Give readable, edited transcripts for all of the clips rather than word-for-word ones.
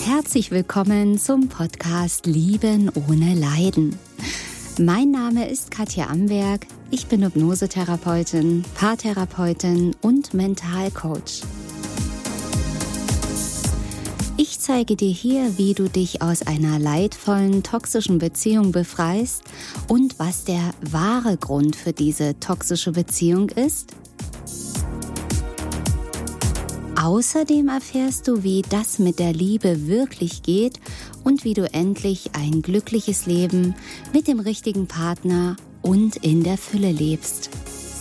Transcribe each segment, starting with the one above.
Herzlich willkommen zum Podcast Lieben ohne Leiden. Mein Name ist Katja Amberg, ich bin Hypnosetherapeutin, Paartherapeutin und Mentalcoach. Ich zeige dir hier, wie du dich aus einer leidvollen, toxischen Beziehung befreist und was der wahre Grund für diese toxische Beziehung ist. Außerdem erfährst du, wie das mit der Liebe wirklich geht und wie du endlich ein glückliches Leben mit dem richtigen Partner und in der Fülle lebst.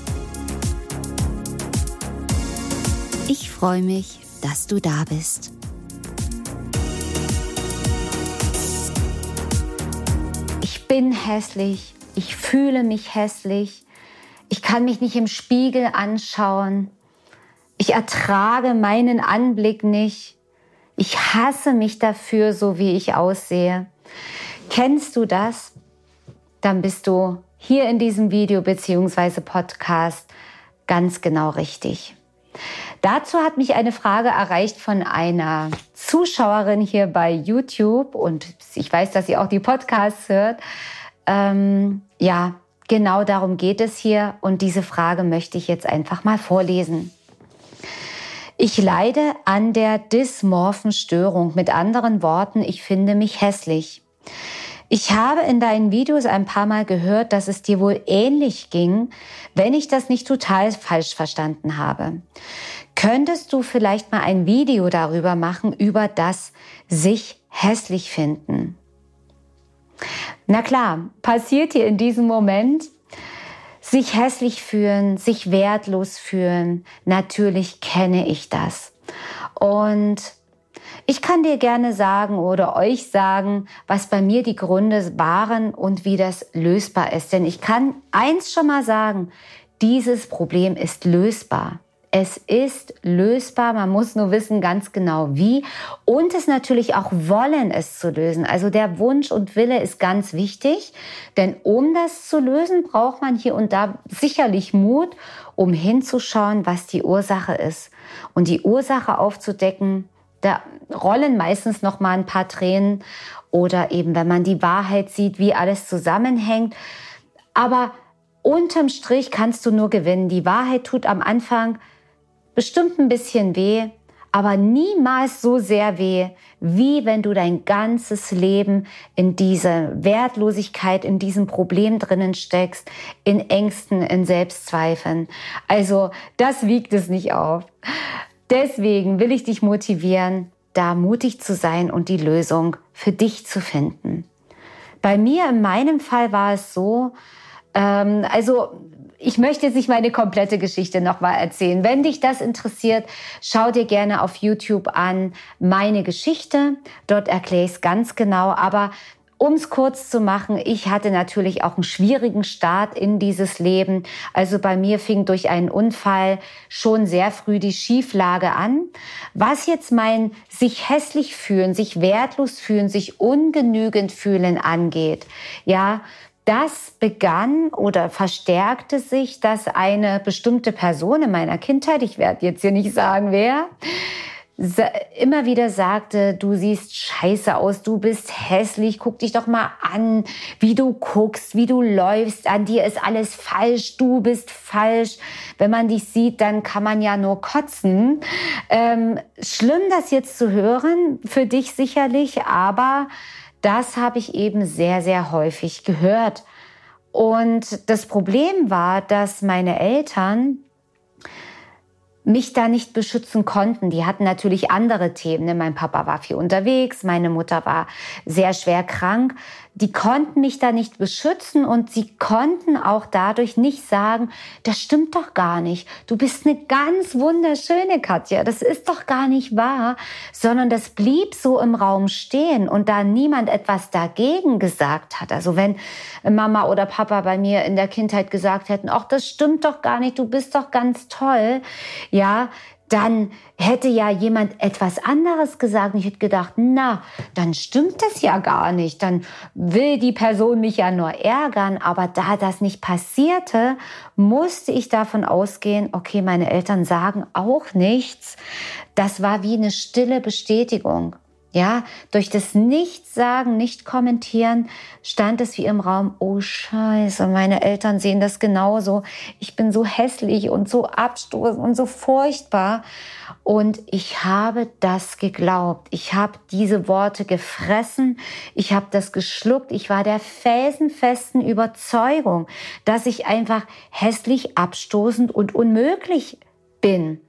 Ich freue mich, dass du da bist. Ich bin hässlich, ich fühle mich hässlich, ich kann mich nicht im Spiegel anschauen. Ich ertrage meinen Anblick nicht. Ich hasse mich dafür, so wie ich aussehe. Kennst du das? Dann bist du hier in diesem Video bzw. Podcast ganz genau richtig. Dazu hat mich eine Frage erreicht von einer Zuschauerin hier bei YouTube und ich weiß, dass sie auch die Podcasts hört. Ja, genau darum geht es hier und diese Frage möchte ich jetzt einfach mal vorlesen. Ich leide an der dysmorphen Störung. Mit anderen Worten, ich finde mich hässlich. Ich habe in deinen Videos ein paar Mal gehört, dass es dir wohl ähnlich ging, wenn ich das nicht total falsch verstanden habe. Könntest du vielleicht mal ein Video darüber machen, über das sich hässlich finden? Na klar, passiert hier in diesem Moment, sich hässlich fühlen, sich wertlos fühlen, natürlich kenne ich das. Und ich kann dir gerne sagen oder euch sagen, was bei mir die Gründe waren und wie das lösbar ist. Denn ich kann eins schon mal sagen, dieses Problem ist lösbar. Es ist lösbar, man muss nur wissen ganz genau wie und es natürlich auch wollen, es zu lösen. Also der Wunsch und Wille ist ganz wichtig, denn um das zu lösen, braucht man hier und da sicherlich Mut, um hinzuschauen, was die Ursache ist. Und die Ursache aufzudecken, da rollen meistens noch mal ein paar Tränen oder eben, wenn man die Wahrheit sieht, wie alles zusammenhängt. Aber unterm Strich kannst du nur gewinnen. Die Wahrheit tut am Anfang bestimmt ein bisschen weh, aber niemals so sehr weh, wie wenn du dein ganzes Leben in diese Wertlosigkeit, in diesem Problem drinnen steckst, in Ängsten, in Selbstzweifeln. Also das wiegt es nicht auf. Deswegen will ich dich motivieren, da mutig zu sein und die Lösung für dich zu finden. Bei mir, in meinem Fall war es so, ich möchte jetzt nicht meine komplette Geschichte nochmal erzählen. Wenn dich das interessiert, schau dir gerne auf YouTube an meine Geschichte. Dort erkläre ich es ganz genau. Aber um es kurz zu machen, ich hatte natürlich auch einen schwierigen Start in dieses Leben. Also bei mir fing durch einen Unfall schon sehr früh die Schieflage an. Was jetzt mein sich hässlich fühlen, sich wertlos fühlen, sich ungenügend fühlen angeht, ja, das begann oder verstärkte sich, dass eine bestimmte Person in meiner Kindheit, ich werde jetzt hier nicht sagen wer, immer wieder sagte, du siehst scheiße aus, du bist hässlich, guck dich doch mal an, wie du guckst, wie du läufst, an dir ist alles falsch, du bist falsch. Wenn man dich sieht, dann kann man ja nur kotzen. Schlimm, das jetzt zu hören, für dich sicherlich, aber das habe ich eben sehr, sehr häufig gehört. Und das Problem war, dass meine Eltern mich da nicht beschützen konnten. Die hatten natürlich andere Themen. Mein Papa war viel unterwegs, meine Mutter war sehr schwer krank. Die konnten mich da nicht beschützen und sie konnten auch dadurch nicht sagen, das stimmt doch gar nicht. Du bist eine ganz wunderschöne Katja, das ist doch gar nicht wahr, sondern das blieb so im Raum stehen und da niemand etwas dagegen gesagt hat. Also wenn Mama oder Papa bei mir in der Kindheit gesagt hätten, ach, das stimmt doch gar nicht, du bist doch ganz toll, ja, dann hätte ja jemand etwas anderes gesagt. Und ich hätte gedacht, na, dann stimmt das ja gar nicht. Dann will die Person mich ja nur ärgern. Aber da das nicht passierte, musste ich davon ausgehen, okay, meine Eltern sagen auch nichts. Das war wie eine stille Bestätigung. Ja, durch das Nichtsagen, nicht kommentieren, stand es wie im Raum, oh Scheiße, meine Eltern sehen das genauso. Ich bin so hässlich und so abstoßend und so furchtbar. Und ich habe das geglaubt. Ich habe diese Worte gefressen. Ich habe das geschluckt. Ich war der felsenfesten Überzeugung, dass ich einfach hässlich, abstoßend und unmöglich bin.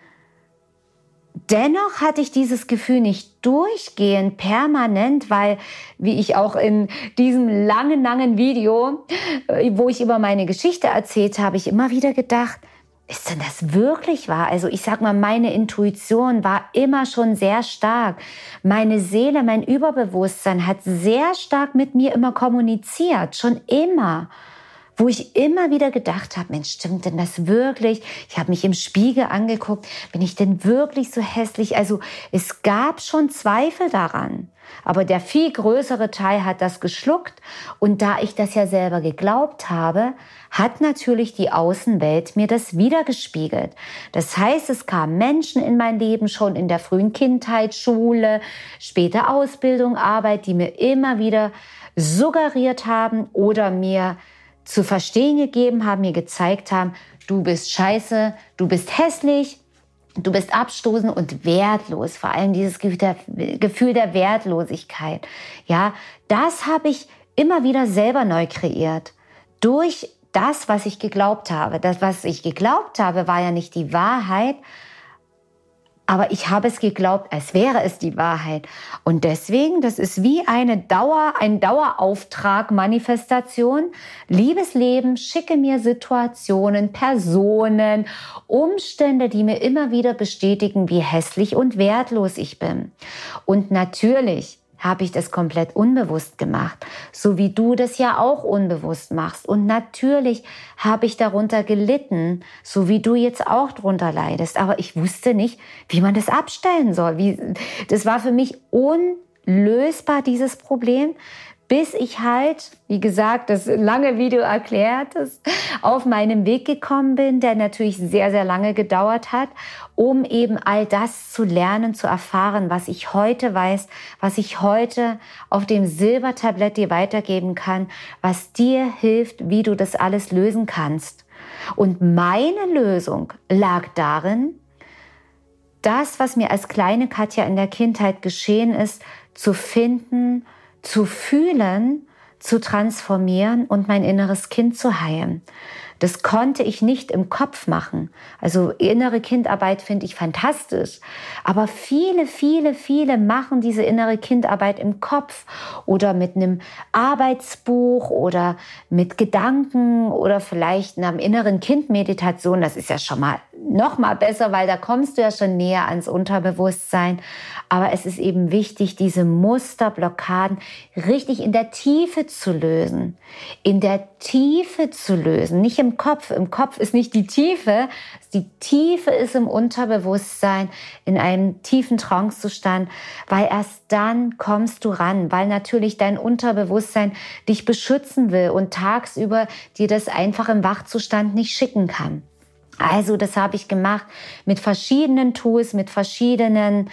Dennoch hatte ich dieses Gefühl nicht durchgehend, permanent, weil, wie ich auch in diesem langen Video, wo ich über meine Geschichte erzählt habe, ich immer wieder gedacht, ist denn das wirklich wahr? Also ich sag mal, meine Intuition war immer schon sehr stark. Meine Seele, mein Überbewusstsein hat sehr stark mit mir immer kommuniziert, schon immer. Wo ich immer wieder gedacht habe, Mensch, stimmt denn das wirklich? Ich habe mich im Spiegel angeguckt, bin ich denn wirklich so hässlich? Also es gab schon Zweifel daran. Aber der viel größere Teil hat das geschluckt. Und da ich das ja selber geglaubt habe, hat natürlich die Außenwelt mir das wiedergespiegelt. Das heißt, es kamen Menschen in mein Leben schon in der frühen Kindheit, Schule, später Ausbildung, Arbeit, die mir immer wieder suggeriert haben oder mir zu verstehen gegeben haben, mir gezeigt haben, du bist scheiße, du bist hässlich, du bist abstoßend und wertlos. Vor allem dieses Gefühl der Wertlosigkeit. Ja, das habe ich immer wieder selber neu kreiert. Durch das, was ich geglaubt habe. Das, was ich geglaubt habe, war ja nicht die Wahrheit, aber ich habe es geglaubt, als wäre es die Wahrheit. Und deswegen, das ist wie ein Dauerauftrag, Manifestation. Liebes Leben, schicke mir Situationen, Personen, Umstände, die mir immer wieder bestätigen, wie hässlich und wertlos ich bin. Und natürlich habe ich das komplett unbewusst gemacht, so wie du das ja auch unbewusst machst. Und natürlich habe ich darunter gelitten, so wie du jetzt auch drunter leidest. Aber ich wusste nicht, wie man das abstellen soll. Das war für mich unlösbar, dieses Problem, bis ich halt, wie gesagt, das lange Video erklärt, auf meinem Weg gekommen bin, der natürlich sehr, sehr lange gedauert hat, um eben all das zu lernen, zu erfahren, was ich heute weiß, was ich heute auf dem Silbertablett dir weitergeben kann, was dir hilft, wie du das alles lösen kannst. Und meine Lösung lag darin, das, was mir als kleine Katja in der Kindheit geschehen ist, zu finden, zu fühlen, zu transformieren und mein inneres Kind zu heilen. Das konnte ich nicht im Kopf machen. Also innere Kindarbeit finde ich fantastisch. Aber viele machen diese innere Kindarbeit im Kopf oder mit einem Arbeitsbuch oder mit Gedanken oder vielleicht einer inneren Kindmeditation. Das ist ja schon mal noch mal besser, weil da kommst du ja schon näher ans Unterbewusstsein. Aber es ist eben wichtig, diese Musterblockaden richtig in der Tiefe zu lösen. In der Tiefe zu lösen, nicht im Kopf. Im Kopf ist nicht die Tiefe. Die Tiefe ist im Unterbewusstsein, in einem tiefen Trancezustand, weil erst dann kommst du ran, weil natürlich dein Unterbewusstsein dich beschützen will und tagsüber dir das einfach im Wachzustand nicht schicken kann. Also das habe ich gemacht mit verschiedenen Tools, mit verschiedenen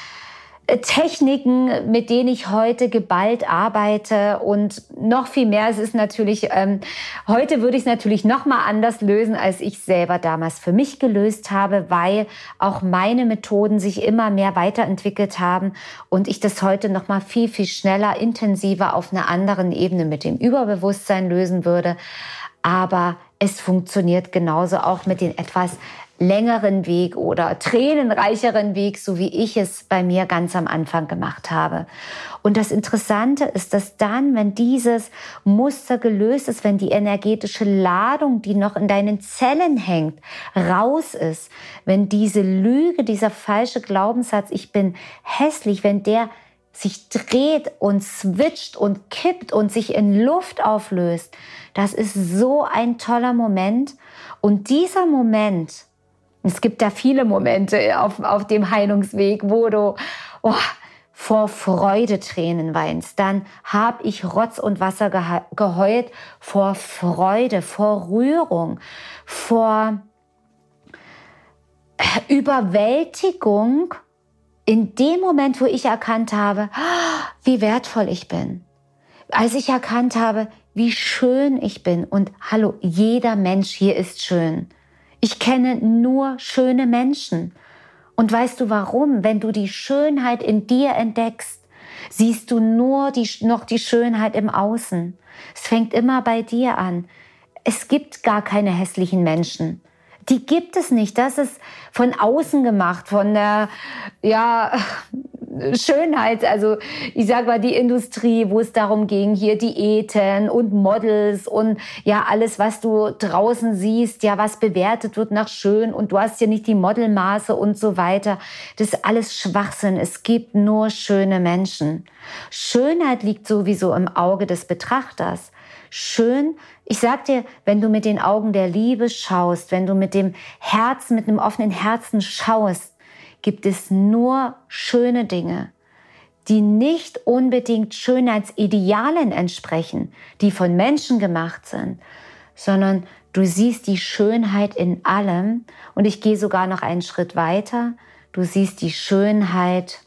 Techniken, mit denen ich heute geballt arbeite und noch viel mehr. Es ist natürlich, heute würde ich es natürlich noch mal anders lösen, als ich selber damals für mich gelöst habe, weil auch meine Methoden sich immer mehr weiterentwickelt haben und ich das heute noch mal viel schneller, intensiver auf einer anderen Ebene mit dem Überbewusstsein lösen würde. Aber es funktioniert genauso auch mit den etwas längeren Weg oder tränenreicheren Weg, so wie ich es bei mir ganz am Anfang gemacht habe. Und das Interessante ist, dass dann, wenn dieses Muster gelöst ist, wenn die energetische Ladung, die noch in deinen Zellen hängt, raus ist, wenn diese Lüge, dieser falsche Glaubenssatz, ich bin hässlich, wenn der sich dreht und switcht und kippt und sich in Luft auflöst, das ist so ein toller Moment. Und dieser Moment, es gibt da viele Momente auf dem Heilungsweg, wo du vor Freude Tränen weinst. Dann habe ich Rotz und Wasser geheult vor Freude, vor Rührung, vor Überwältigung in dem Moment, wo ich erkannt habe, wie wertvoll ich bin, als ich erkannt habe, wie schön ich bin, und hallo, jeder Mensch hier ist schön. Ich kenne nur schöne Menschen. Und weißt du warum? Wenn du die Schönheit in dir entdeckst, siehst du nur noch die Schönheit im Außen. Es fängt immer bei dir an. Es gibt gar keine hässlichen Menschen. Die gibt es nicht. Das ist von außen gemacht, von der Schönheit. Also ich sag mal die Industrie, wo es darum ging, hier Diäten und Models und ja alles, was du draußen siehst, ja was bewertet wird nach schön, und du hast ja nicht die Modelmaße und so weiter. Das ist alles Schwachsinn. Es gibt nur schöne Menschen. Schönheit liegt sowieso im Auge des Betrachters. Schön, ich sag dir, wenn du mit den Augen der Liebe schaust, wenn du mit dem Herzen, mit einem offenen Herzen schaust, gibt es nur schöne Dinge, die nicht unbedingt Schönheitsidealen entsprechen, die von Menschen gemacht sind, sondern du siehst die Schönheit in allem, und ich gehe sogar noch einen Schritt weiter. Du siehst die Schönheit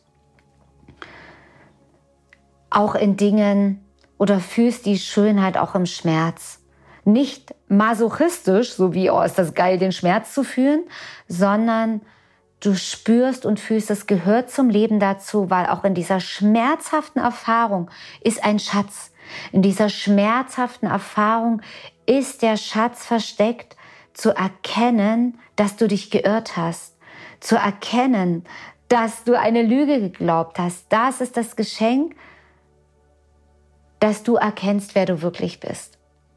auch in Dingen, oder fühlst die Schönheit auch im Schmerz. Nicht masochistisch, so wie, oh, ist das geil, den Schmerz zu fühlen, sondern du spürst und fühlst, es gehört zum Leben dazu, weil auch in dieser schmerzhaften Erfahrung ist ein Schatz. In dieser schmerzhaften Erfahrung ist der Schatz versteckt, zu erkennen, dass du dich geirrt hast, zu erkennen, dass du eine Lüge geglaubt hast. Das ist das Geschenk, dass du erkennst, wer du wirklich bist.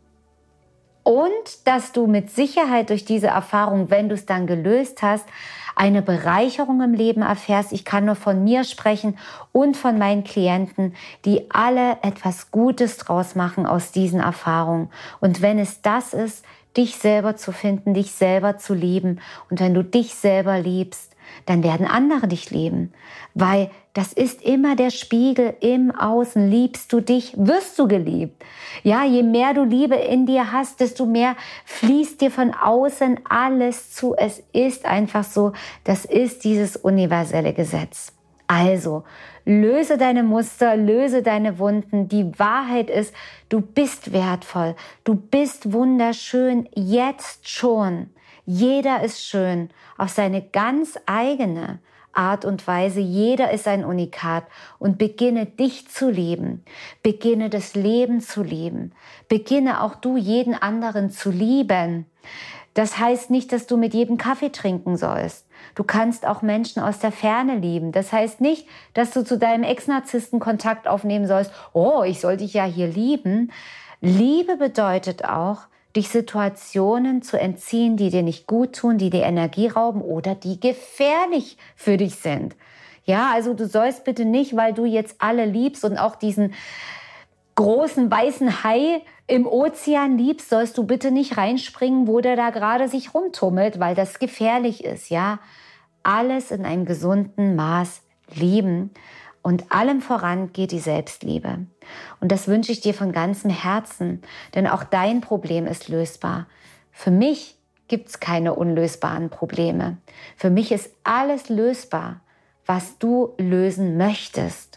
Und dass du mit Sicherheit durch diese Erfahrung, wenn du es dann gelöst hast, eine Bereicherung im Leben erfährst. Ich kann nur von mir sprechen und von meinen Klienten, die alle etwas Gutes draus machen aus diesen Erfahrungen. Und wenn es das ist, dich selber zu finden, dich selber zu lieben, und wenn du dich selber liebst, dann werden andere dich lieben, weil das ist immer der Spiegel im Außen. Liebst du dich, wirst du geliebt. Ja, je mehr du Liebe in dir hast, desto mehr fließt dir von außen alles zu. Es ist einfach so, das ist dieses universelle Gesetz. Also, löse deine Muster, löse deine Wunden. Die Wahrheit ist, du bist wertvoll, du bist wunderschön, jetzt schon. Jeder ist schön auf seine ganz eigene Art und Weise. Jeder ist ein Unikat, und beginne dich zu lieben. Beginne das Leben zu lieben. Beginne auch du jeden anderen zu lieben. Das heißt nicht, dass du mit jedem Kaffee trinken sollst. Du kannst auch Menschen aus der Ferne lieben. Das heißt nicht, dass du zu deinem Ex-Narzissten Kontakt aufnehmen sollst. Oh, ich soll dich ja hier lieben. Liebe bedeutet auch, dich Situationen zu entziehen, die dir nicht gut tun, die dir Energie rauben oder die gefährlich für dich sind. Ja, also du sollst bitte nicht, weil du jetzt alle liebst und auch diesen großen weißen Hai im Ozean liebst, sollst du bitte nicht reinspringen, wo der da gerade sich rumtummelt, weil das gefährlich ist, ja. Alles in einem gesunden Maß lieben. Und allem voran geht die Selbstliebe. Und das wünsche ich dir von ganzem Herzen, denn auch dein Problem ist lösbar. Für mich gibt es keine unlösbaren Probleme. Für mich ist alles lösbar, was du lösen möchtest.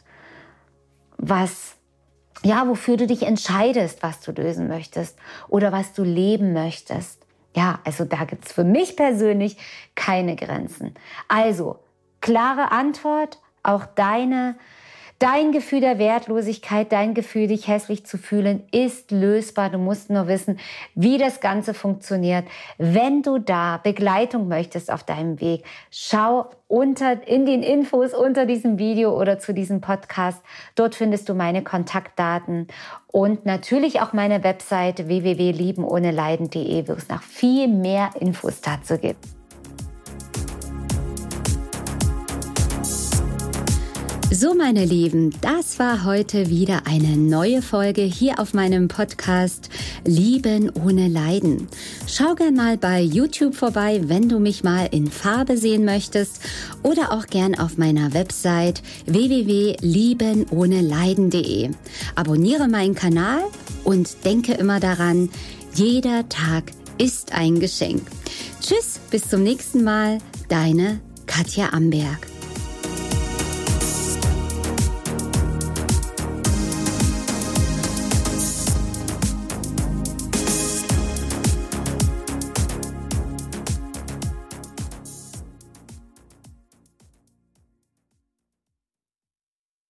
Wofür du dich entscheidest, was du lösen möchtest oder was du leben möchtest. Ja, also da gibt es für mich persönlich keine Grenzen. Also, klare Antwort. Auch dein Gefühl der Wertlosigkeit, dein Gefühl, dich hässlich zu fühlen, ist lösbar. Du musst nur wissen, wie das Ganze funktioniert. Wenn du da Begleitung möchtest auf deinem Weg, schau in den Infos unter diesem Video oder zu diesem Podcast. Dort findest du meine Kontaktdaten und natürlich auch meine Webseite www.liebenohneleiden.de, wo es noch viel mehr Infos dazu gibt. So, meine Lieben, das war heute wieder eine neue Folge hier auf meinem Podcast Lieben ohne Leiden. Schau gern mal bei YouTube vorbei, wenn du mich mal in Farbe sehen möchtest, oder auch gern auf meiner Website www.liebenohneleiden.de. Abonniere meinen Kanal und denke immer daran, jeder Tag ist ein Geschenk. Tschüss, bis zum nächsten Mal, deine Katja Amberg.